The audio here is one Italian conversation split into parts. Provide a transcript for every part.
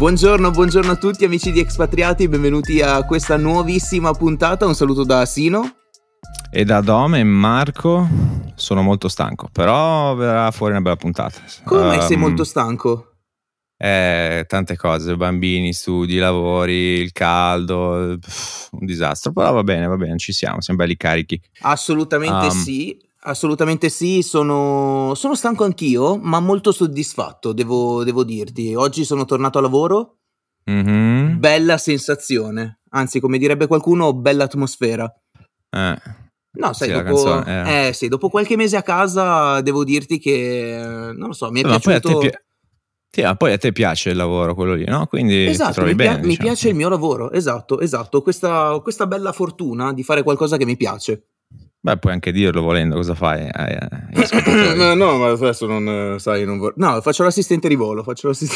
Buongiorno a tutti amici di Expatriati, benvenuti a questa nuovissima puntata. Un saluto da Sino e da Dom e Marco. Sono molto stanco, però verrà fuori una bella puntata. Come mai sei molto stanco? Tante cose, bambini, studi, lavori, il caldo, un disastro, però va bene, ci siamo belli carichi. Assolutamente sì, sono stanco anch'io, ma molto soddisfatto, devo dirti. Oggi sono tornato a lavoro, Bella sensazione, anzi, come direbbe qualcuno, bella atmosfera. No, sai, sì, dopo qualche mese a casa devo dirti che, non lo so, mi è piaciuto. Poi a te piace il lavoro, quello lì, no? Quindi esatto, ti trovi bene. Mi piace il mio lavoro, esatto, questa bella fortuna di fare qualcosa che mi piace. Beh, puoi anche dirlo volendo, cosa fai? No, ma adesso non sai, no, faccio l'assistente di volo,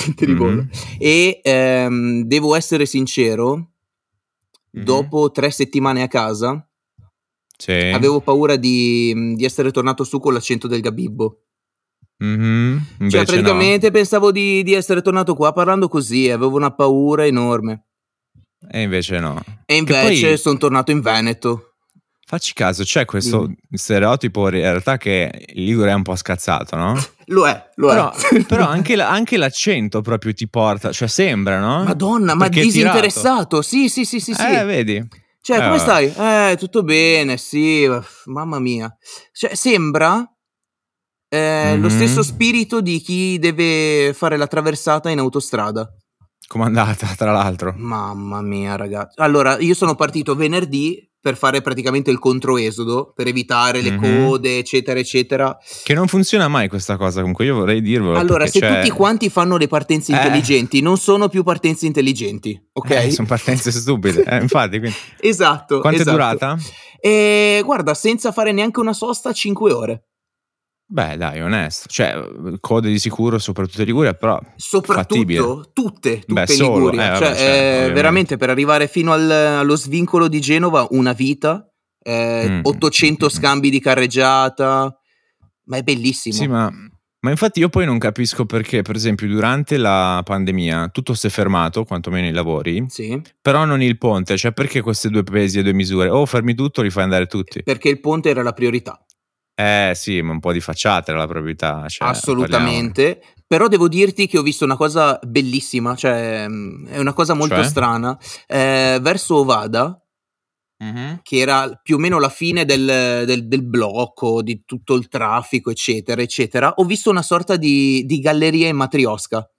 E devo essere sincero, dopo 3 settimane a casa, avevo paura di essere tornato su con l'accento del Gabibbo. Cioè, praticamente pensavo di essere tornato qua parlando così, avevo una paura enorme. E invece no. E invece sono tornato in Veneto. Facci caso, c'è questo stereotipo in realtà che il ligure è un po' scazzato, no? Lo è. Però anche l'accento proprio ti porta, cioè sembra, no? Madonna, ma disinteressato. Sì. Vedi? Cioè, come stai? Tutto bene, sì, mamma mia. Cioè, sembra lo stesso spirito di chi deve fare la traversata in autostrada. Comandata, tra l'altro. Mamma mia, ragazzi. Allora, io sono partito venerdì per fare praticamente il controesodo, per evitare le code, eccetera, eccetera. Che non funziona mai questa cosa, comunque io vorrei dirvelo. Allora, se tutti quanti fanno le partenze intelligenti, non sono più partenze intelligenti, ok? Sono partenze stupide, infatti. Quindi. Esatto. Quanto è durata? Guarda, senza fare neanche una sosta, 5 ore. Beh, dai, onesto. Cioè, code di sicuro, soprattutto in Liguria, però fattibile. Tutte in Liguria. Veramente, per arrivare fino allo svincolo di Genova, una vita, 800 scambi di carreggiata, ma è bellissimo. Sì, ma infatti io poi non capisco perché, per esempio, durante la pandemia tutto si è fermato, quantomeno i lavori, però non il ponte. Cioè, perché queste due pesi e due misure? O fermi tutto o li fai andare tutti? Perché il ponte era la priorità. Sì, ma un po' di facciata era la priorità. Cioè, assolutamente. Però devo dirti che ho visto una cosa bellissima, cioè è una cosa molto strana. Verso Ovada, che era più o meno la fine del blocco, di tutto il traffico, eccetera, eccetera, ho visto una sorta di galleria in matriosca.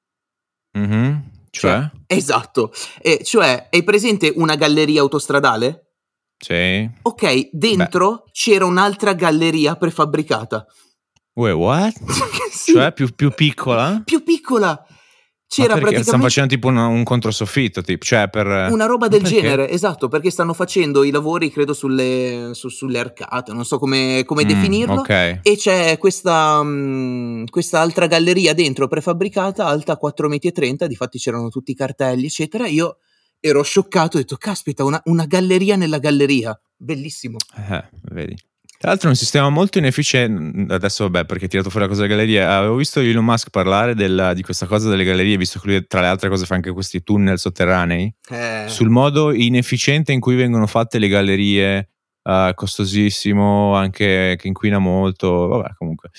Cioè? Esatto. Cioè, hai presente una galleria autostradale? Sì. Ok, dentro c'era un'altra galleria prefabbricata. Wait, what? Sì. Cioè più piccola? Più piccola. C'era praticamente. Stanno facendo tipo un controsoffitto, tipo, cioè per una roba del genere, esatto, perché stanno facendo i lavori, credo, sulle arcate, non so come definirlo. Okay. E c'è questa altra galleria dentro prefabbricata, alta 4,30 metri, difatti c'erano tutti i cartelli, eccetera. Io ero scioccato, ho detto, caspita, una galleria nella galleria, bellissimo. Vedi. Tra l'altro è un sistema molto inefficiente, adesso vabbè, perché hai tirato fuori la cosa delle gallerie, avevo visto Elon Musk parlare di questa cosa delle gallerie, visto che lui tra le altre cose fa anche questi tunnel sotterranei, sul modo inefficiente in cui vengono fatte le gallerie, costosissimo, anche che inquina molto, vabbè, comunque.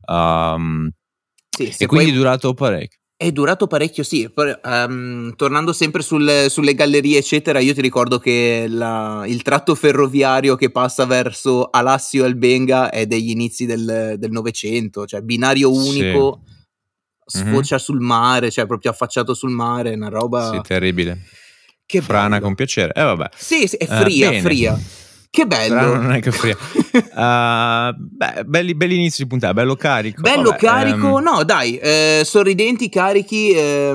E quindi è durato parecchio. È durato parecchio, sì. Tornando sempre sulle gallerie, eccetera, io ti ricordo che il tratto ferroviario che passa verso Alassio e Albenga è degli inizi del Novecento, cioè binario unico, sfocia sul mare, cioè proprio affacciato sul mare, una roba. Sì, terribile. Che frana bello. Con piacere. Vabbè. Sì, è fria. Che bello. Strano, non è che fria. Belli inizio di puntata, bello carico. Carico, no dai, sorridenti, carichi,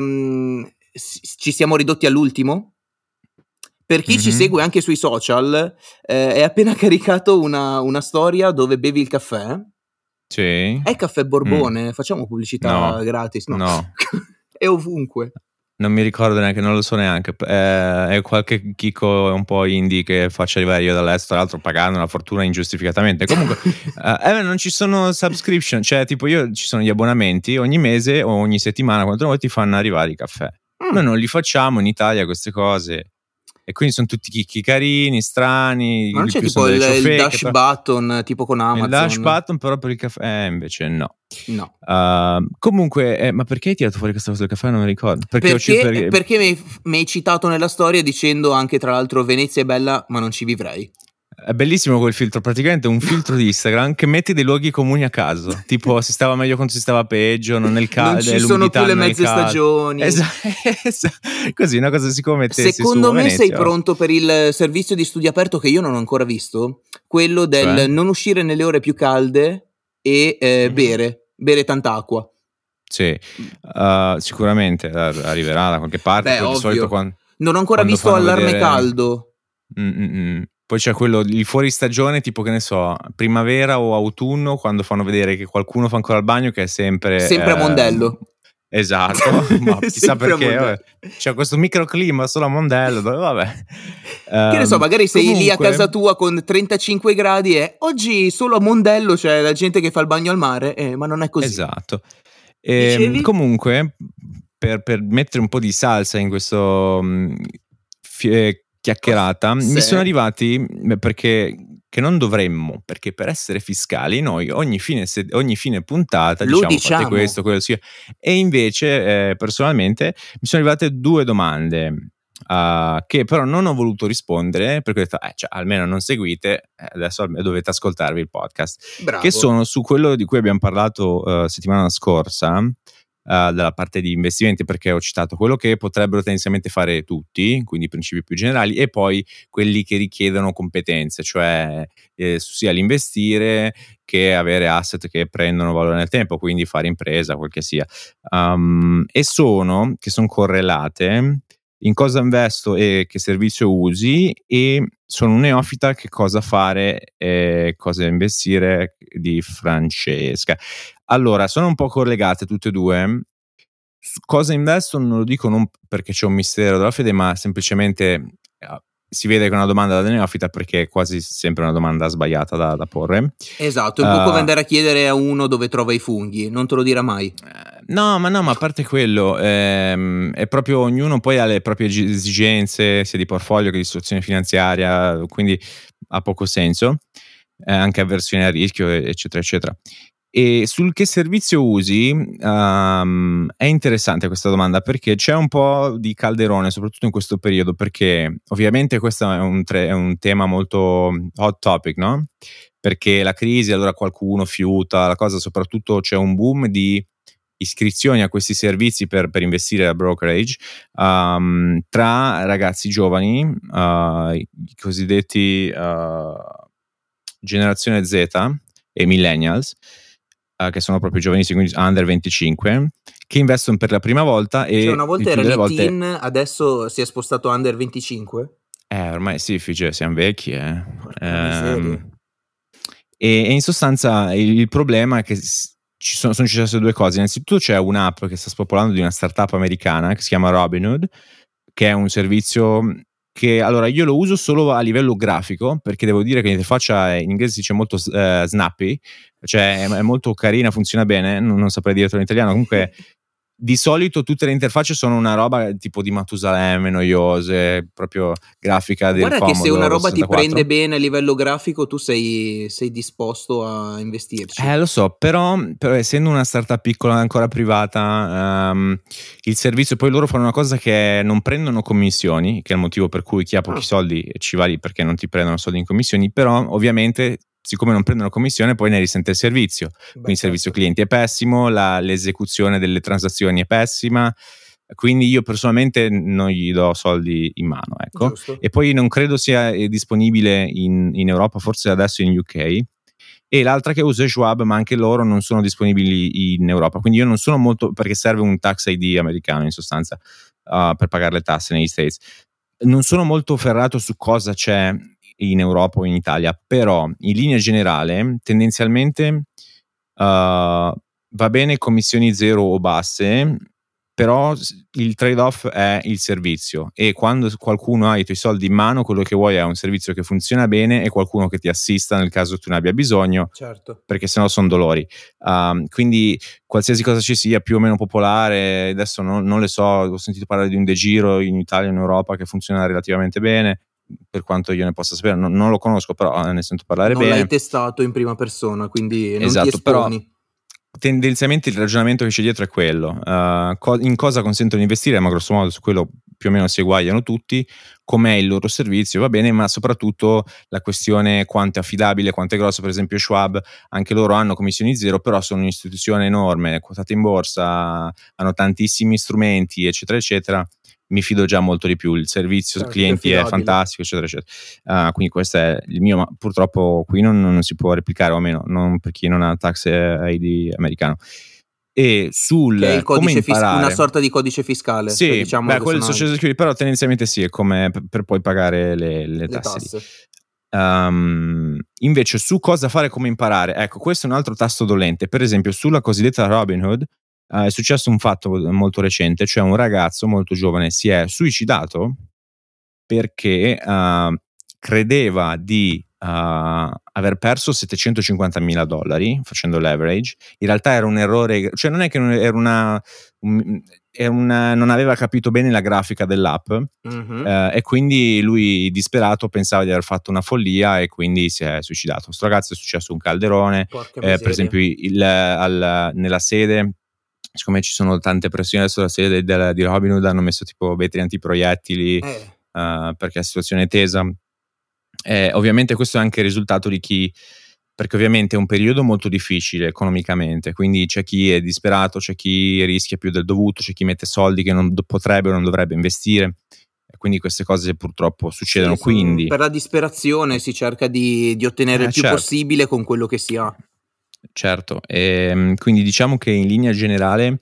ci siamo ridotti all'ultimo. Per chi ci segue anche sui social, è appena caricato una storia dove bevi il caffè. Sì. È caffè Borbone, facciamo pubblicità gratis, no. È ovunque. Non mi ricordo neanche, non lo so neanche. È qualche chicco un po' indie che faccio arrivare io dall'estero, tra l'altro pagando una fortuna ingiustificatamente. Comunque, non ci sono subscription, cioè tipo ci sono gli abbonamenti ogni mese o ogni settimana, quando vuoi ti fanno arrivare i caffè. Noi non li facciamo in Italia queste cose. E quindi sono tutti chicchi carini, strani. Ma non di c'è più tipo sono delle il ciofeche, dash button tipo con il dash Amazon? button però per il caffè invece no. No. Comunque, ma perché hai tirato fuori questa cosa del caffè? Non mi ricordo. Perché mi hai citato nella storia dicendo anche tra l'altro Venezia è bella ma non ci vivrei. È bellissimo quel filtro, praticamente è un filtro di Instagram che metti dei luoghi comuni a caso, tipo si stava meglio quando si stava peggio, non ci sono più le mezze stagioni. Così una cosa si come mettessi secondo su me Venezia. Sei pronto per il servizio di studio aperto che io non ho ancora visto, quello del Cioè? non uscire nelle ore più calde e bere tanta acqua. Sì, sicuramente arriverà da qualche parte. Beh, poi ovvio. di solito non ho ancora visto allarme caldo. Poi c'è quello il fuori stagione, tipo che ne so, primavera o autunno, quando fanno vedere che qualcuno fa ancora il bagno, che è sempre a Mondello. Esatto, ma chissà perché c'è questo microclima solo a Mondello, vabbè. Che ne so, magari sei lì a casa tua con 35 gradi e oggi solo a Mondello c'è la gente che fa il bagno al mare, ma non è così. Esatto. Comunque, per mettere un po' di salsa in questo chiacchierata, mi sono arrivati perché che non dovremmo, perché per essere fiscali noi ogni fine puntata diciamo fate questo, quello sia, e invece personalmente mi sono arrivate 2 domande che però non ho voluto rispondere perché ho detto almeno non seguite, adesso dovete ascoltarvi il podcast. Bravo. Che sono su quello di cui abbiamo parlato settimana scorsa, dalla parte di investimenti, perché ho citato quello che potrebbero tendenzialmente fare tutti, quindi i principi più generali, e poi quelli che richiedono competenze, cioè sia l'investire che avere asset che prendono valore nel tempo, quindi fare impresa, quel che sia, e sono correlate in cosa investo e che servizio usi, e sono un neofita che cosa fare e cosa investire di Francesca. Allora, sono un po' collegate tutte e due. Su cosa investo non lo dico non perché c'è un mistero della fede, ma semplicemente si vede che è una domanda da neofita, perché è quasi sempre una domanda sbagliata da porre. Esatto, è un po' come andare a chiedere a uno dove trova i funghi, non te lo dirà mai. No, ma a parte quello, è proprio ognuno poi ha le proprie esigenze, sia di portfolio che di situazione finanziaria, quindi ha poco senso, anche avversione a rischio, eccetera, eccetera. E sul che servizio usi, è interessante questa domanda, perché c'è un po' di calderone, soprattutto in questo periodo, perché ovviamente questo è un tema molto hot topic, no? Perché la crisi, allora qualcuno fiuta la cosa, soprattutto c'è un boom di iscrizioni a questi servizi per investire a brokerage tra ragazzi giovani, i cosiddetti generazione Z e millennials, che sono proprio giovanissimi, quindi under 25, che investono per la prima volta. E una volta era teen, adesso si è spostato under 25? Ormai sì, siamo vecchi. E in sostanza il problema è che sono successe 2 cose. Innanzitutto c'è un'app che sta spopolando di una startup americana che si chiama Robinhood, che è un servizio che allora io lo uso solo a livello grafico, perché devo dire che l'interfaccia in inglese si dice molto snappy, cioè è molto carina, funziona bene, non saprei dirlo in italiano. Comunque di solito tutte le interfacce sono una roba tipo di Matusalemme, noiose, proprio grafica del Guarda Commodore. Che se una roba 64. ti prende bene a livello grafico, tu sei disposto a investirci. Lo so, però essendo una startup piccola ancora privata, il servizio, poi loro fanno una cosa che non prendono commissioni, che è il motivo per cui chi ha pochi soldi ci va lì, perché non ti prendono soldi in commissioni, però ovviamente siccome non prendono commissione poi ne risente il servizio. Quindi il servizio clienti è pessimo, l'esecuzione delle transazioni è pessima, quindi io personalmente non gli do soldi in mano, ecco. Giusto. E poi non credo sia disponibile in Europa, forse adesso in UK. E l'altra che uso è Schwab, ma anche loro non sono disponibili in Europa, quindi io non sono molto, perché serve un tax ID americano in sostanza per pagare le tasse negli States. Non sono molto ferrato su cosa c'è in Europa o in Italia, però in linea generale tendenzialmente va bene commissioni zero o basse, però il trade-off è il servizio, e quando qualcuno ha i tuoi soldi in mano, quello che vuoi è un servizio che funziona bene e qualcuno che ti assista nel caso tu ne abbia bisogno, certo. perché sennò sono dolori. Quindi qualsiasi cosa ci sia più o meno popolare, adesso non le so, ho sentito parlare di un De Giro in Italia e in Europa che funziona relativamente bene, per quanto io ne possa sapere, non lo conosco, però ne sento parlare Non bene. l'hai testato in prima persona, quindi non Esatto, ti esponi. però tendenzialmente il ragionamento che c'è dietro è quello. In cosa consentono di investire, ma grosso modo su quello più o meno si eguagliano tutti, com'è il loro servizio, va bene, ma soprattutto la questione quanto è affidabile, quanto è grosso. Per esempio Schwab, anche loro hanno commissioni zero, però sono un'istituzione enorme, quotata in borsa, hanno tantissimi strumenti, eccetera eccetera. Mi fido già molto di più, il servizio Certo, clienti è fantastico, eccetera eccetera. Quindi questo è il mio, ma purtroppo qui non si può replicare, o almeno non per chi non ha tax ID americano. E sul che è il come codice imparare, una sorta di codice fiscale, sì, cioè diciamo beh, che quello del sono social security, però tendenzialmente sì, è come per poi pagare le tasse lì. Invece su cosa fare, come imparare, ecco, questo è un altro tasto dolente. Per esempio sulla cosiddetta Robinhood è successo un fatto molto recente, cioè un ragazzo molto giovane si è suicidato perché credeva di aver perso $750,000 facendo leverage. In realtà era un errore, cioè non è che non aveva capito bene la grafica dell'app, e quindi lui disperato pensava di aver fatto una follia e quindi si è suicidato. Questo ragazzo è successo un calderone, per esempio nella sede, siccome ci sono tante pressioni adesso, la sede di Robinhood hanno messo tipo vetri antiproiettili perché la situazione è tesa. Ovviamente questo è anche il risultato di chi, perché ovviamente è un periodo molto difficile economicamente, quindi c'è chi è disperato, c'è chi rischia più del dovuto, c'è chi mette soldi che non potrebbe o non dovrebbe investire, e quindi queste cose purtroppo succedono. Sì, quindi per la disperazione si cerca di ottenere il più certo, possibile con quello che si ha. certo. Quindi diciamo che in linea generale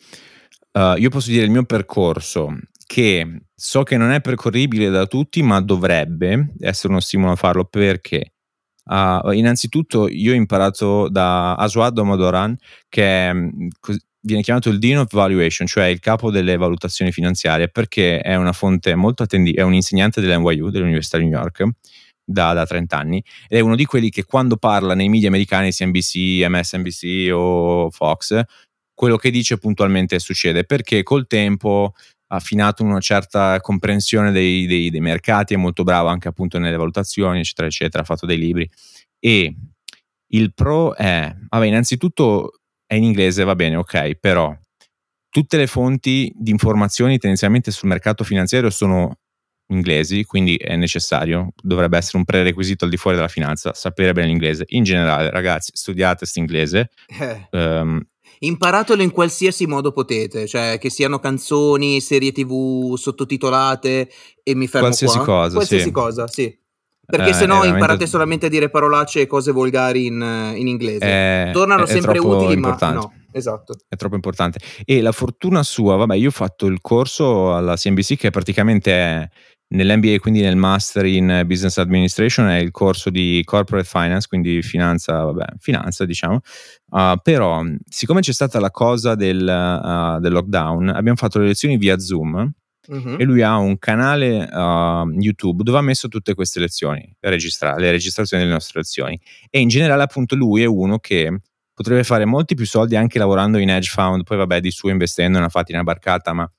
io posso dire il mio percorso, che so che non è percorribile da tutti, ma dovrebbe essere uno stimolo a farlo, perché innanzitutto io ho imparato da Aswad Damodaran, che viene chiamato il Dean of Valuation, cioè il capo delle valutazioni finanziarie, perché è una fonte molto attendibile, è un insegnante dell'NYU, dell'Università di New York, da 30 anni, ed è uno di quelli che quando parla nei media americani, CNBC, MSNBC o Fox, quello che dice puntualmente succede, perché col tempo ha affinato una certa comprensione dei mercati, è molto bravo anche appunto nelle valutazioni, eccetera eccetera, ha fatto dei libri. E il pro è, vabbè, innanzitutto è in inglese, va bene, ok, però tutte le fonti di informazioni tendenzialmente sul mercato finanziario sono inglesi, quindi è necessario, dovrebbe essere un prerequisito al di fuori della finanza sapere bene l'inglese. In generale, ragazzi, studiate inglese. Imparatelo in qualsiasi modo potete, cioè che siano canzoni, serie TV sottotitolate, e mi fermo qualsiasi qua. cosa, Qualsiasi sì. cosa, sì. Perché se no imparate solamente a dire parolacce e cose volgari in inglese. Tornano sempre utili, importante. Ma no, esatto. È troppo importante. E la fortuna sua, vabbè, io ho fatto il corso alla CNBC, che praticamente è nell'MBA, quindi nel Master in Business Administration, è il corso di Corporate Finance, quindi finanza, diciamo. Però, siccome c'è stata la cosa del lockdown, abbiamo fatto le lezioni via Zoom. E lui ha un canale YouTube dove ha messo tutte queste lezioni, le registrazioni delle nostre lezioni, e in generale appunto lui è uno che potrebbe fare molti più soldi anche lavorando in hedge fund, poi vabbè di suo investendo ne ha fatti una barcata, ma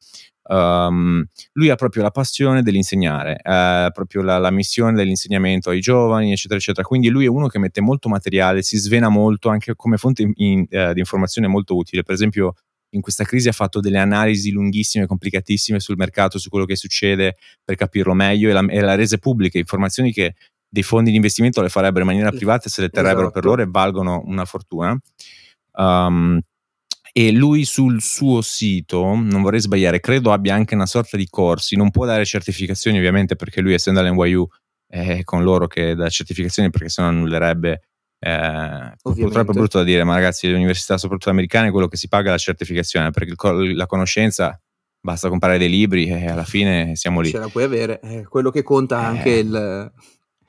lui ha proprio la passione dell'insegnare, proprio la missione dell'insegnamento ai giovani, eccetera eccetera, quindi lui è uno che mette molto materiale, si svena molto anche come fonte di informazione molto utile. Per esempio in questa crisi ha fatto delle analisi lunghissime, complicatissime sul mercato, su quello che succede, per capirlo meglio, e l'ha rese pubbliche, informazioni che dei fondi di investimento le farebbero in maniera privata e se le terrebbero per loro e valgono una fortuna. E lui sul suo sito, non vorrei sbagliare, credo abbia anche una sorta di corsi, non può dare certificazioni ovviamente perché lui essendo all'NYU è con loro che dà certificazioni, perché sennò annullerebbe. Purtroppo è brutto da dire, ma ragazzi, le università soprattutto americane quello che si paga è la certificazione, perché la conoscenza basta comprare dei libri e alla fine siamo lì. Ce la puoi avere, quello che conta anche il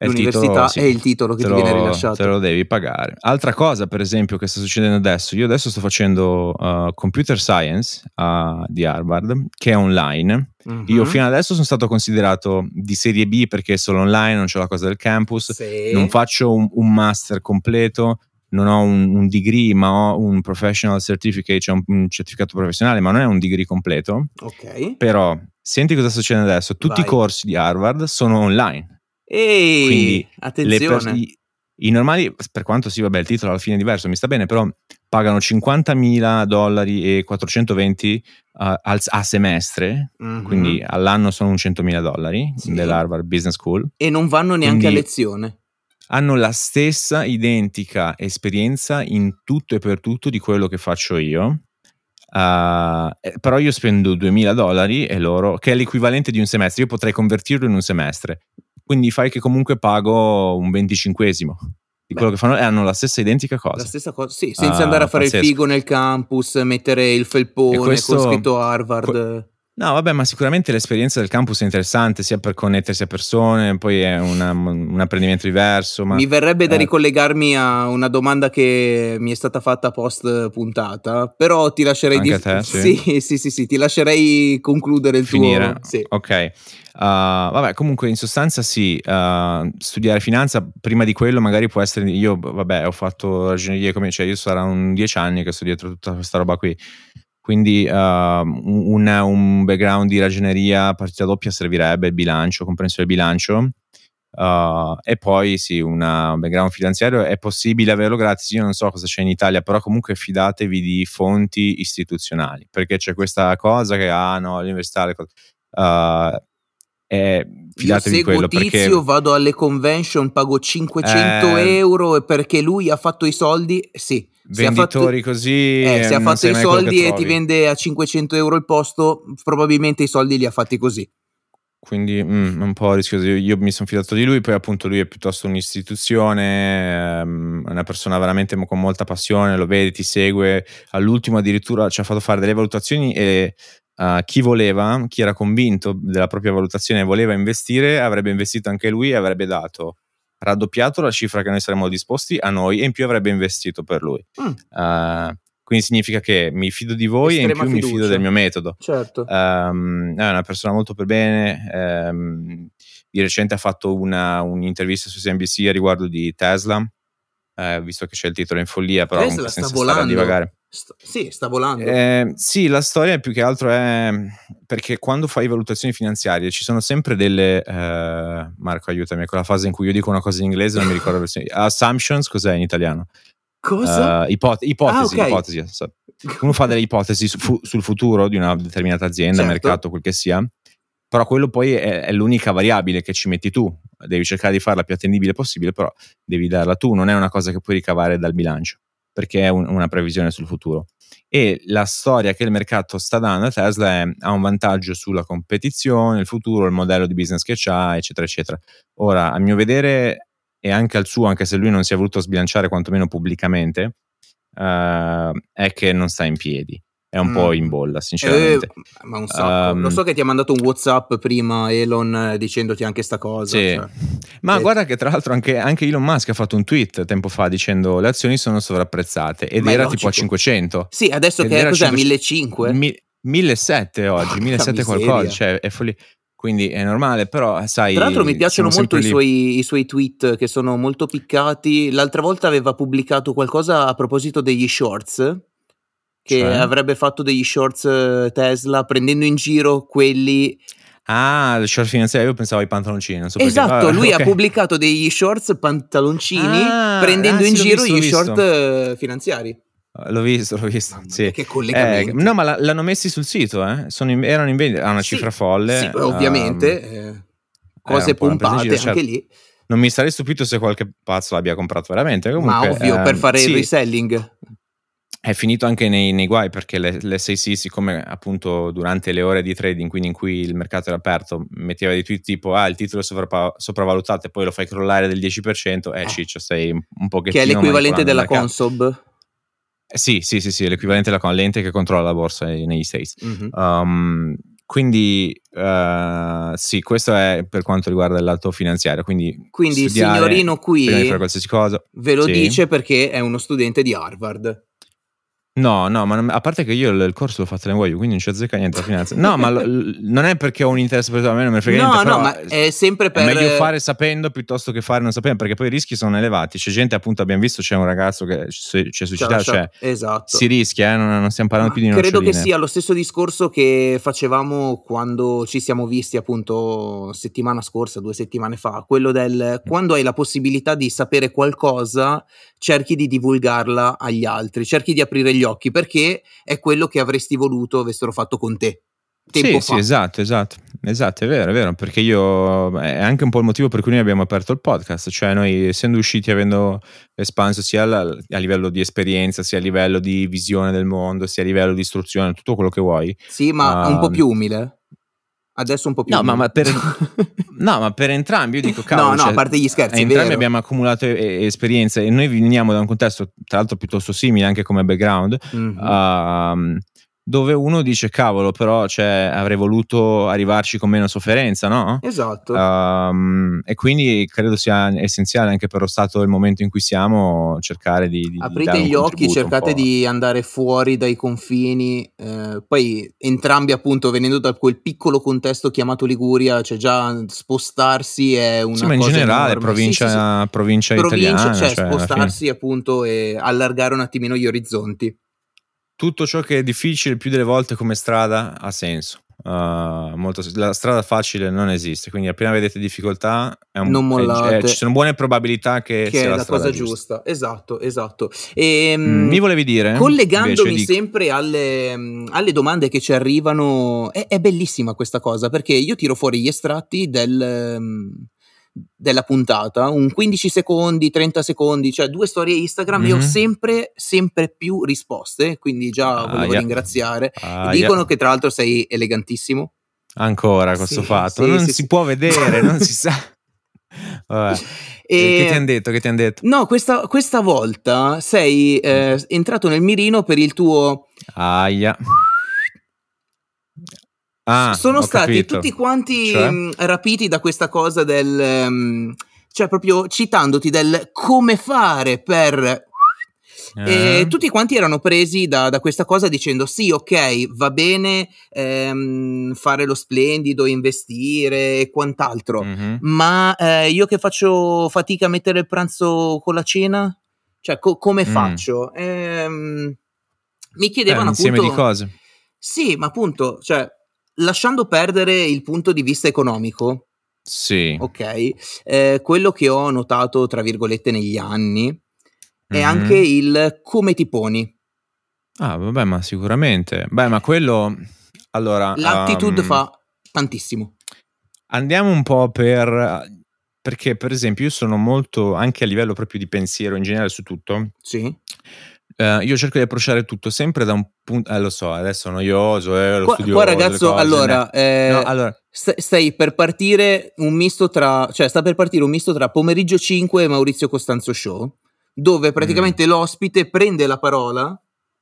l'università è il titolo che ti viene rilasciato. Te lo devi pagare. Altra cosa, per esempio, che sta succedendo adesso, io adesso sto facendo computer science di Harvard, che è online. Io fino adesso sono stato considerato di serie B perché sono online, non c'ho la cosa del campus, non faccio un master completo, non ho un degree, ma ho un professional certificate, cioè un certificato professionale, ma non è un degree completo. Ok. Però senti cosa sta succedendo adesso, tutti i corsi di Harvard sono online. Ehi, quindi attenzione. I normali, per quanto sì, vabbè, il titolo alla fine è diverso, mi sta bene, però pagano $50.000 e 420 a semestre, quindi all'anno sono un $100.000 dell'Harvard Business School. E non vanno neanche a lezione. Hanno la stessa identica esperienza in tutto e per tutto di quello che faccio io. Però io spendo $2.000 e loro, che è l'equivalente di un semestre, io potrei convertirlo in un semestre, quindi fai che comunque pago un 25esimo di quello che fanno, e hanno la stessa identica cosa. La stessa cosa, sì, senza andare a fare pazzesco. il figo nel campus, mettere il felpone con scritto Harvard. No, vabbè, ma sicuramente l'esperienza del campus è interessante, sia per connettersi a persone, poi è un apprendimento diverso. Ma, mi verrebbe da ricollegarmi a una domanda che mi è stata fatta post puntata, però ti lascerei anche a te, sì, ti lascerei concludere il finire. tuo. Sì. Ok. Vabbè, comunque in sostanza sì, studiare finanza, prima di quello magari può essere, io vabbè ho fatto ragioneria, cioè io sarà un 10 anni che sto dietro tutta questa roba qui, quindi un background di ragioneria partita doppia servirebbe, il bilancio, comprensione del bilancio, e poi sì, un background finanziario è possibile averlo gratis. Io non so cosa c'è in Italia, però comunque fidatevi di fonti istituzionali, perché c'è questa cosa che no, l'università, fidatevi di quello, perché vado alle convention, pago 500 euro e perché lui ha fatto i soldi, sì. Venditori così, se ha fatto i soldi e ti vende a 500 euro il posto, probabilmente i soldi li ha fatti così. Quindi un po' rischioso. Io mi sono fidato di lui, poi appunto lui è piuttosto un'istituzione, una persona veramente con molta passione, lo vedi, ti segue, all'ultimo addirittura ci ha fatto fare delle valutazioni e chi era convinto della propria valutazione e voleva investire, avrebbe investito anche lui e avrebbe raddoppiato la cifra che noi saremmo disposti a noi, e in più avrebbe investito per lui. Quindi significa che mi fido di voi e in più mi fido del mio metodo. Certo. È una persona molto per bene. Di recente ha fatto un'intervista su CNBC a riguardo di Tesla, visto che c'è il titolo in follia, però Tesla senza sta volando. Stare a divagare. Sì, sta volando. Sì, la storia più che altro è perché quando fai valutazioni finanziarie ci sono sempre delle Marco aiutami, quella fase in cui io dico una cosa in inglese non mi ricordo assumptions, cos'è in italiano? Cosa? Ipotesi. Uno fa delle ipotesi sul futuro di una determinata azienda, mercato, quel che sia, però quello poi è l'unica variabile che ci metti tu, devi cercare di farla più attendibile possibile, però devi darla tu, non è una cosa che puoi ricavare dal bilancio, perché è una previsione sul futuro. E la storia che il mercato sta dando a Tesla ha un vantaggio sulla competizione, il futuro, il modello di business che c'ha, eccetera eccetera. Ora, a mio vedere, e anche al suo, anche se lui non si è voluto sbilanciare quantomeno pubblicamente, è che non sta in piedi, è un po' in bolla sinceramente. Ma un sacco. Lo so che ti ha mandato un WhatsApp prima Elon dicendoti anche sta cosa. Sì. Ma guarda che tra l'altro anche Elon Musk ha fatto un tweet tempo fa dicendo le azioni sono sovrapprezzate, ed era tipo a 500. Sì, adesso che cos'è, 1.500? 1.700 oggi, 1.700 qualcosa, cioè è follia. Quindi è normale, però sai. Tra l'altro mi piacciono molto i suoi tweet, che sono molto piccati. L'altra volta aveva pubblicato qualcosa a proposito degli shorts, che avrebbe fatto degli shorts Tesla prendendo in giro quelli. Le shorts finanziari, io pensavo ai pantaloncini, non so esatto, perché. Lui ha pubblicato degli shorts pantaloncini prendendo in giro gli short finanziari. L'ho visto, sì. Che collegamento. No, ma l'hanno messi sul sito, erano in vendita, una cifra folle. Sì, ovviamente, cose pompate anche lì. Non mi sarei stupito se qualche pazzo l'abbia comprato veramente. Comunque, ma ovvio, per fare il reselling. È finito anche nei guai, perché l'SEC, siccome appunto durante le ore di trading, quindi in cui il mercato era aperto, metteva dei tweet tipo il titolo è sopravvalutato, e poi lo fai crollare del 10%, ciccio, sei un pochettino. Che è l'equivalente della Consob? Sì, è l'equivalente della lente che controlla la borsa negli States. quindi sì, questo è per quanto riguarda il lato finanziario. Quindi il signorino qui prima di fare qualsiasi cosa ve lo dice perché è uno studente di Harvard. No, ma a parte che io il corso l'ho fatto nell'NYU, quindi non ci azzecca niente la finanza. No, ma non è perché ho un interesse per a me non me ne frega niente. No, ma è sempre per... È meglio fare sapendo piuttosto che fare non sapendo, perché poi i rischi sono elevati. C'è gente, appunto, abbiamo visto, c'è un ragazzo che si è suicidato, cioè esatto. si rischia, non stiamo parlando più di noccioline. Credo che sia lo stesso discorso che facevamo quando ci siamo visti, appunto, settimana scorsa, 2 settimane fa, quello del quando hai la possibilità di sapere qualcosa, cerchi di divulgarla agli altri, cerchi di aprire gli occhi, perché è quello che avresti voluto avessero fatto con te tempo fa. Sì, esatto, è vero, perché io è anche un po' il motivo per cui noi abbiamo aperto il podcast, cioè noi essendo usciti, avendo espanso sia a livello di esperienza, sia a livello di visione del mondo, sia a livello di istruzione, tutto quello che vuoi. Sì, ma un po' più umile. Adesso un po' più umile. Ma per entrambi io dico cavolo, a parte gli scherzi, entrambi abbiamo accumulato esperienza e noi veniamo da un contesto tra l'altro piuttosto simile anche come background, dove uno dice cavolo, però avrei voluto arrivarci con meno sofferenza, no? Esatto. E quindi credo sia essenziale anche per lo stato del momento in cui siamo cercare di aprite gli occhi, cercate di andare fuori dai confini, poi entrambi, appunto, venendo da quel piccolo contesto chiamato Liguria, cioè già spostarsi è una cosa ma in generale enorme. provincia italiana, cioè spostarsi appunto e allargare un attimino gli orizzonti. Tutto ciò che è difficile più delle volte come strada ha senso. La strada facile non esiste, quindi appena vedete difficoltà non mollate. Ci sono buone probabilità che sia la strada cosa giusta. Esatto. Mi volevi dire? Collegandomi sempre alle domande che ci arrivano, è bellissima questa cosa, perché io tiro fuori gli estratti della puntata, un 15 secondi, 30 secondi, cioè 2 storie Instagram, e ho sempre più risposte, quindi già volevo ringraziare. Dicono che tra l'altro sei elegantissimo. Ancora questo fatto, non si può vedere, non si sa. Vabbè. Che ti hanno detto? No, questa volta sei entrato nel mirino per il tuo... sono stati capito. tutti quanti rapiti da questa cosa del cioè proprio citandoti del come fare per e tutti quanti erano presi da questa cosa, dicendo sì, ok, va bene fare lo splendido, investire e quant'altro, ma io che faccio fatica a mettere il pranzo con la cena, cioè come faccio? Mi chiedevano un insieme appunto di cose. Sì, ma appunto, cioè lasciando perdere il punto di vista economico, sì, ok, quello che ho notato tra virgolette negli anni è anche il come ti poni. Vabbè, ma sicuramente. Ma quello, allora, l'attitude fa tantissimo. Andiamo un po' perché per esempio io sono molto, anche a livello proprio di pensiero in generale su tutto. Sì. Io cerco di approcciare tutto sempre da un punto, lo so, adesso è noioso, lo studioso. Qua ragazzo, allora, stai per partire un misto tra, sta per partire un misto tra Pomeriggio 5 e Maurizio Costanzo Show, dove praticamente l'ospite prende la parola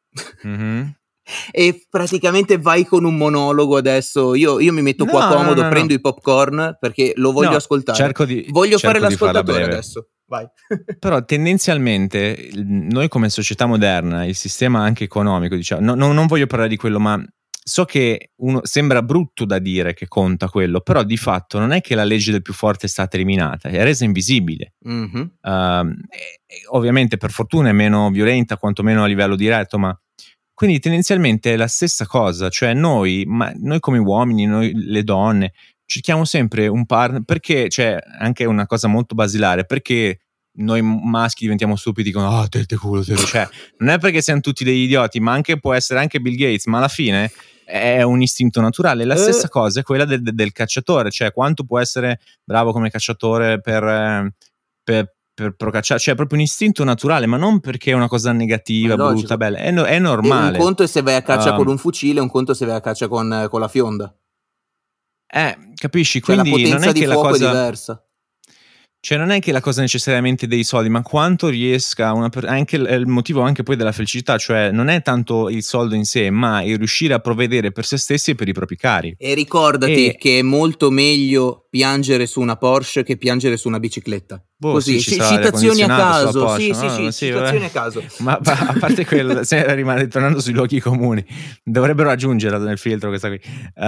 e praticamente vai con un monologo. Adesso io mi metto qua comodo, prendo i popcorn perché lo voglio ascoltare. Voglio fare l'ascoltatore adesso. Vai. Però tendenzialmente noi come società moderna, il sistema anche economico, diciamo, non voglio parlare di quello, ma so che sembra brutto da dire che conta quello, però di fatto non è che la legge del più forte è stata eliminata, è resa invisibile. Ovviamente per fortuna è meno violenta, quantomeno a livello diretto, ma quindi tendenzialmente è la stessa cosa, cioè noi come uomini, noi le donne, cerchiamo sempre un partner, perché c'è anche una cosa molto basilare, perché noi maschi diventiamo stupidi con te culo, cioè non è perché siamo tutti degli idioti, ma anche può essere anche Bill Gates, ma alla fine è un istinto naturale. La stessa cosa è quella del cacciatore, cioè quanto può essere bravo come cacciatore per procacciare, cioè è proprio un istinto naturale, ma non perché è una cosa negativa, brutta, bella, è normale. E un conto è se vai a caccia con un fucile, un conto è se vai a caccia con la fionda. Capisci? Cioè quindi la potenza non è di che fuoco la cosa è diversa. Cioè non è che la cosa necessariamente dei soldi, ma quanto riesca anche il motivo anche poi della felicità, cioè non è tanto il soldo in sé, ma il riuscire a provvedere per se stessi e per i propri cari. E ricordati che è molto meglio piangere su una Porsche che piangere su una bicicletta. Così, sì, ci sarà l'aria citazioni a condizionata sulla caso, Porsche, sì, citazioni a caso. Ma a parte quello, tornando sui luoghi comuni, dovrebbero aggiungere nel filtro questa qui.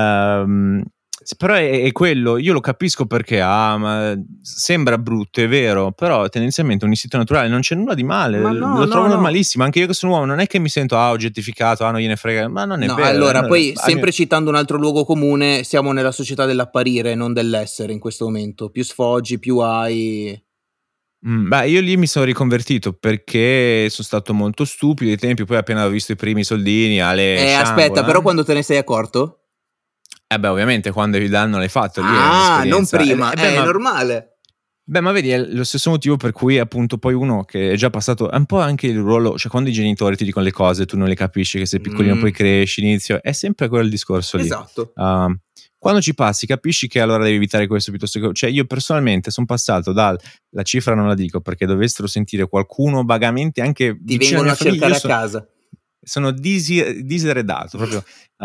Però è quello, io lo capisco perché ma sembra brutto, è vero, però tendenzialmente un istinto naturale, non c'è nulla di male, lo trovo normalissimo, anche io che sono uomo, non è che mi sento oggettificato, non gliene frega, ma non è vero. Allora, poi sempre citando un altro luogo comune, siamo nella società dell'apparire, non dell'essere in questo momento, più sfoggi, più hai... Beh, io lì mi sono riconvertito perché sono stato molto stupido ai tempi, poi appena ho visto i primi soldini aspetta, però quando te ne sei accorto? Beh, ovviamente quando il danno l'hai fatto lì non prima, è normale. Beh, ma vedi, è lo stesso motivo per cui appunto poi uno che è già passato, è un po' anche il ruolo, cioè quando i genitori ti dicono le cose tu non le capisci, che sei piccolino poi cresci, inizio, è sempre quel discorso lì. Esatto. Quando ci passi capisci che allora devi evitare questo piuttosto che... Cioè io personalmente sono passato la cifra non la dico perché dovessero sentire qualcuno vagamente anche ti vengono a cercare a casa. Sono diseredato proprio.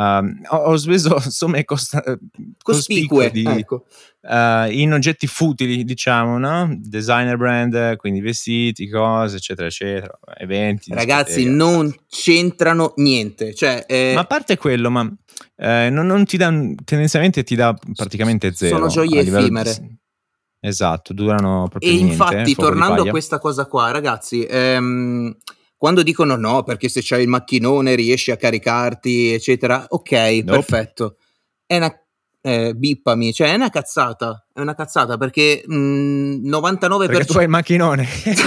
Ho speso somme cospicue ecco. In oggetti futili, diciamo, no? Designer brand, quindi vestiti, cose, eccetera, eccetera, eventi. Ragazzi, non c'entrano niente. Cioè, ma a parte quello, ma non ti dà, tendenzialmente ti dà praticamente zero. Sono gioie effimere. Esatto, durano proprio niente. E infatti, tornando a questa cosa qua, ragazzi, quando dicono no, perché se c'hai il macchinone riesci a caricarti, eccetera, ok, perfetto. È una bippami, cioè è una cazzata perché 99%... Perché tu hai il macchinone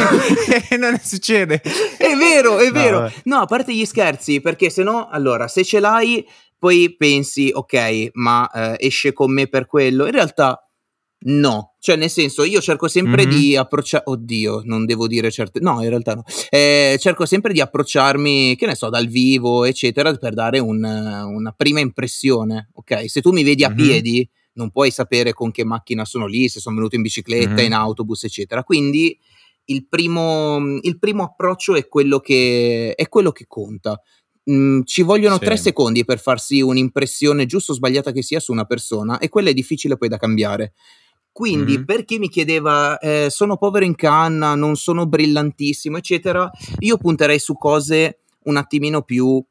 e non succede. È vero. No, a parte gli scherzi, perché se no, allora, se ce l'hai, poi pensi, ok, ma esce con me per quello. In realtà no, cioè nel senso io cerco sempre di approcciare, oddio non devo dire certe, no in realtà no, cerco sempre di approcciarmi, che ne so, dal vivo eccetera, per dare una prima impressione, ok? Se tu mi vedi a piedi non puoi sapere con che macchina sono lì, se sono venuto in bicicletta, in autobus eccetera, quindi il primo approccio è quello che conta. Ci vogliono 3 secondi per farsi un'impressione, giusta o sbagliata che sia, su una persona, e quella è difficile poi da cambiare. Quindi per chi mi chiedeva sono povero in canna, non sono brillantissimo eccetera, io punterei su cose un attimino più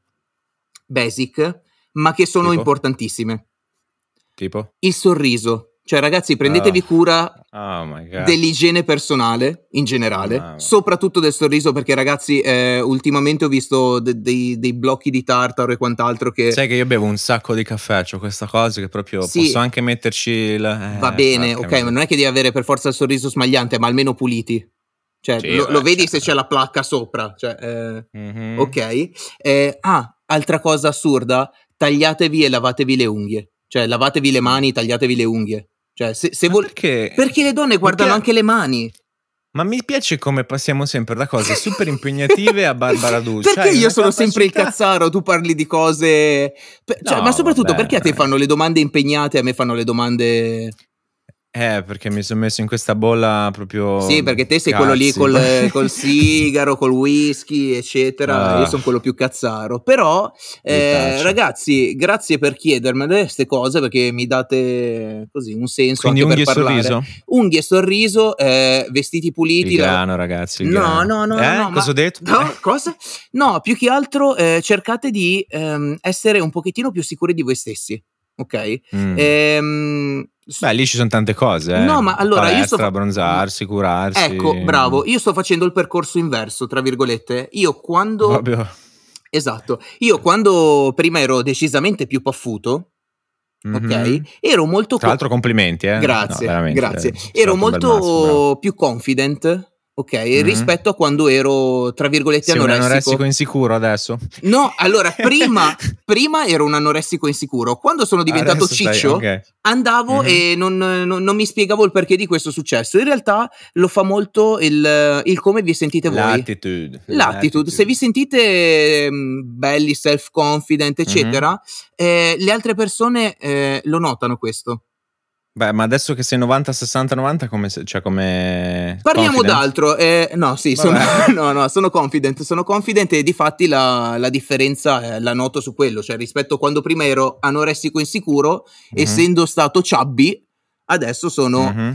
basic ma che sono importantissime. Tipo? Il sorriso. Cioè ragazzi, prendetevi cura dell'igiene personale in generale, soprattutto del sorriso, perché ragazzi ultimamente ho visto dei blocchi di tartaro e quant'altro che... Sai che io bevo un sacco di caffè, c'ho questa cosa che proprio posso anche metterci va bene, ok, ma non è che devi avere per forza il sorriso smagliante, ma almeno puliti. Cioè lo vedi se c'è la placca sopra, cioè, ok. Altra cosa assurda, tagliatevi e lavatevi le unghie. Cioè lavatevi le mani, tagliatevi le unghie. Cioè, se perché le donne guardano anche le mani. Ma mi piace come passiamo sempre da cose super impegnative a Barbara D'Urso. Perché io sono sempre il cazzaro, tu parli di cose... ma soprattutto perché a te fanno le domande impegnate e a me fanno le domande... Perché mi sono messo in questa bolla proprio... Sì, perché te sei quello lì col sigaro, col whisky, eccetera. Io sono quello più cazzaro. Però, ragazzi, grazie per chiedermi queste cose, perché mi date così un senso. Quindi anche unghie per parlare. Sorriso? Unghie e sorriso, vestiti puliti. Il grano, ragazzi. No. Cosa ho detto? No, cosa? No, più che altro cercate di essere un pochettino più sicuri di voi stessi. Ok? Beh, lì ci sono tante cose. No, ma allora palestra, io sto bronzarsi, curarsi. Ecco, bravo. Io sto facendo il percorso inverso, tra virgolette. Io quando Proprio. Esatto. Io quando prima ero decisamente più paffuto, ok? Ero molto Tra l'altro complimenti, Grazie, no, grazie. Ero molto più confident, ok, rispetto a quando ero, tra virgolette, anoressico. Sei un anoressico insicuro adesso? No, allora, prima ero un anoressico insicuro. Quando sono diventato ciccio, andavo e non mi spiegavo il perché di questo successo. In realtà lo fa molto il come vi sentite voi. L'attitude. Se vi sentite belli, self-confident, eccetera, le altre persone lo notano questo. Beh, ma adesso che sei 90, 60, 90, come parliamo confident? d'altro. No, sì, sono confident e difatti la differenza la noto su quello, cioè rispetto a quando prima ero anoressico insicuro, essendo stato chubby, adesso sono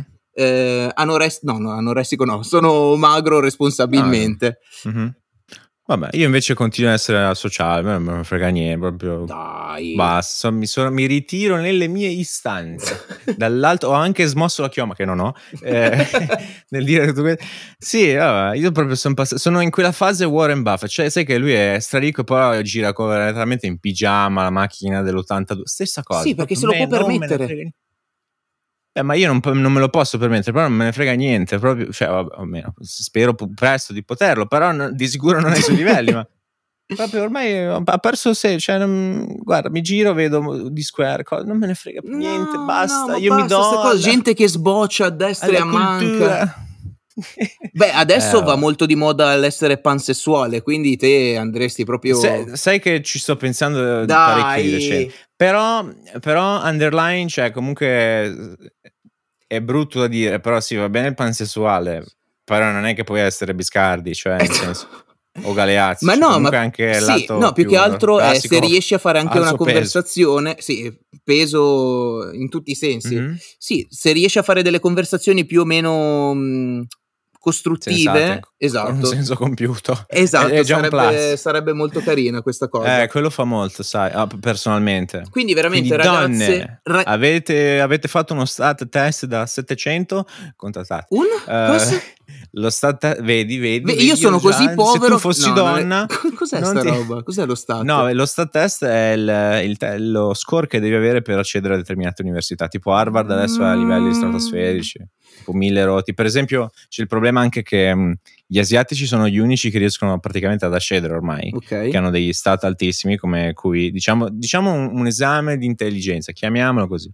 anoressico no, sono magro responsabilmente. Vabbè, io invece continuo a essere asociale, non me ne frega niente, proprio. Dai. Basta, mi ritiro nelle mie istanze. Dall'alto ho anche smosso la chioma, che non ho, nel dire tutto questo. Sì, vabbè, io proprio sono in quella fase Warren Buffett, cioè sai che lui è straricco e poi gira completamente in pigiama, la macchina dell'82, stessa cosa. Sì, perché se lo può permettere. Ma io non me lo posso permettere, però non me ne frega niente, proprio, cioè, almeno, spero presto di poterlo, però di sicuro non ai suoi livelli, ma proprio ormai ha perso cioè, guarda, mi giro, vedo di Square, non me ne frega più niente, basta, io mi do gente che sboccia a destra e a manca. Beh, adesso va molto di moda l'essere pansessuale, quindi te andresti proprio... Sai che ci sto pensando parecchio di recente, però underline, cioè comunque è brutto da dire, però sì, va bene il pansessuale, però non è che puoi essere Biscardi, cioè nel senso, o Galeazzi, ma cioè, no, ma anche sì, lato no, più che altro è se riesci a fare anche una conversazione, peso. sì, peso in tutti i sensi, sì, se riesci a fare delle conversazioni più o meno costruttive, sensate, esatto, con un senso compiuto, esatto, è già sarebbe molto carina questa cosa. Quello fa molto, sai, personalmente. Quindi veramente, ragazze, avete fatto uno stat test da 700, contattate. Cosa? Lo stat, vedi, io sono così povero. Se tu fossi donna, cos'è sta roba? Cos'è lo stat? No, lo stat test è lo score che devi avere per accedere a determinate università, tipo Harvard adesso è a livelli stratosferici, tipo 1000 roti. Per esempio c'è il problema anche che gli asiatici sono gli unici che riescono praticamente ad accedere ormai, che hanno degli stat altissimi come QI, diciamo un esame di intelligenza, chiamiamolo così.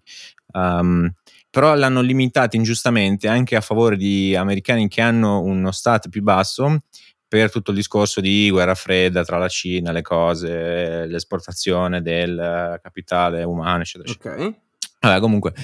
Però l'hanno limitati ingiustamente anche a favore di americani che hanno uno stat più basso per tutto il discorso di guerra fredda tra la Cina, le cose, l'esportazione del capitale umano, eccetera, eccetera. Ok. Vabbè, comunque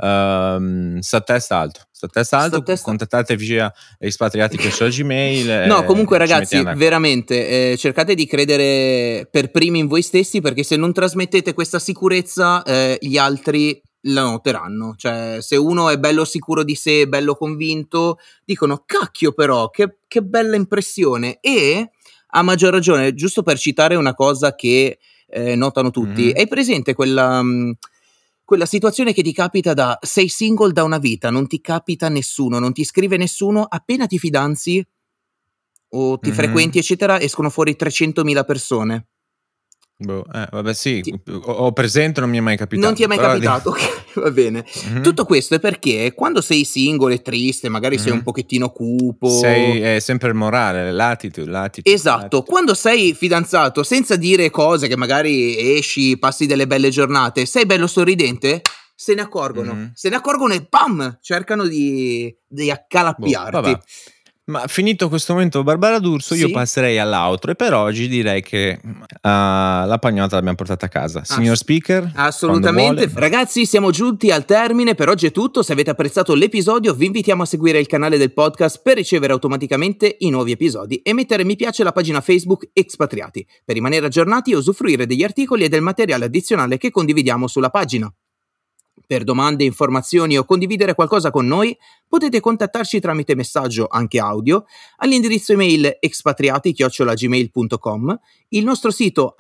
stat test alto, contattate via Espatriati con Gmail. No, comunque ragazzi, veramente cercate di credere per primi in voi stessi, perché se non trasmettete questa sicurezza gli altri la noteranno. Cioè, se uno è bello sicuro di sé, bello convinto, dicono cacchio però, che bella impressione. E a maggior ragione, giusto per citare una cosa che notano tutti, hai presente quella situazione che ti capita sei single da una vita, non ti capita nessuno, non ti scrive nessuno, appena ti fidanzi o ti frequenti eccetera, escono fuori 300.000 persone. Vabbè, sì, ho presente, non mi è mai capitato. Non ti è mai capitato? Ok, va bene. Tutto questo è perché quando sei single e triste, magari sei un pochettino cupo. È sempre il morale, l'attitude. Esatto, quando sei fidanzato, senza dire cose che magari esci, passi delle belle giornate, sei bello sorridente, se ne accorgono e pam, cercano di accalappiarti. Ma finito questo momento Barbara D'Urso, io passerei all'outro e per oggi direi che la pagnotta l'abbiamo portata a casa. Signor speaker, assolutamente. Ragazzi, siamo giunti al termine, per oggi è tutto. Se avete apprezzato l'episodio vi invitiamo a seguire il canale del podcast per ricevere automaticamente i nuovi episodi e mettere mi piace alla pagina Facebook Expatriati per rimanere aggiornati e usufruire degli articoli e del materiale addizionale che condividiamo sulla pagina. Per domande, informazioni o condividere qualcosa con noi, potete contattarci tramite messaggio, anche audio, all'indirizzo email expatriati@gmail.com, il nostro sito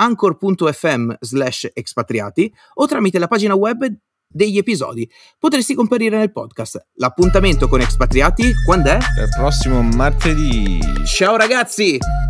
anchor.fm/expatriati o tramite la pagina web degli episodi. Potresti comparire nel podcast. L'appuntamento con Expatriati quando è? Per il prossimo martedì. Ciao ragazzi!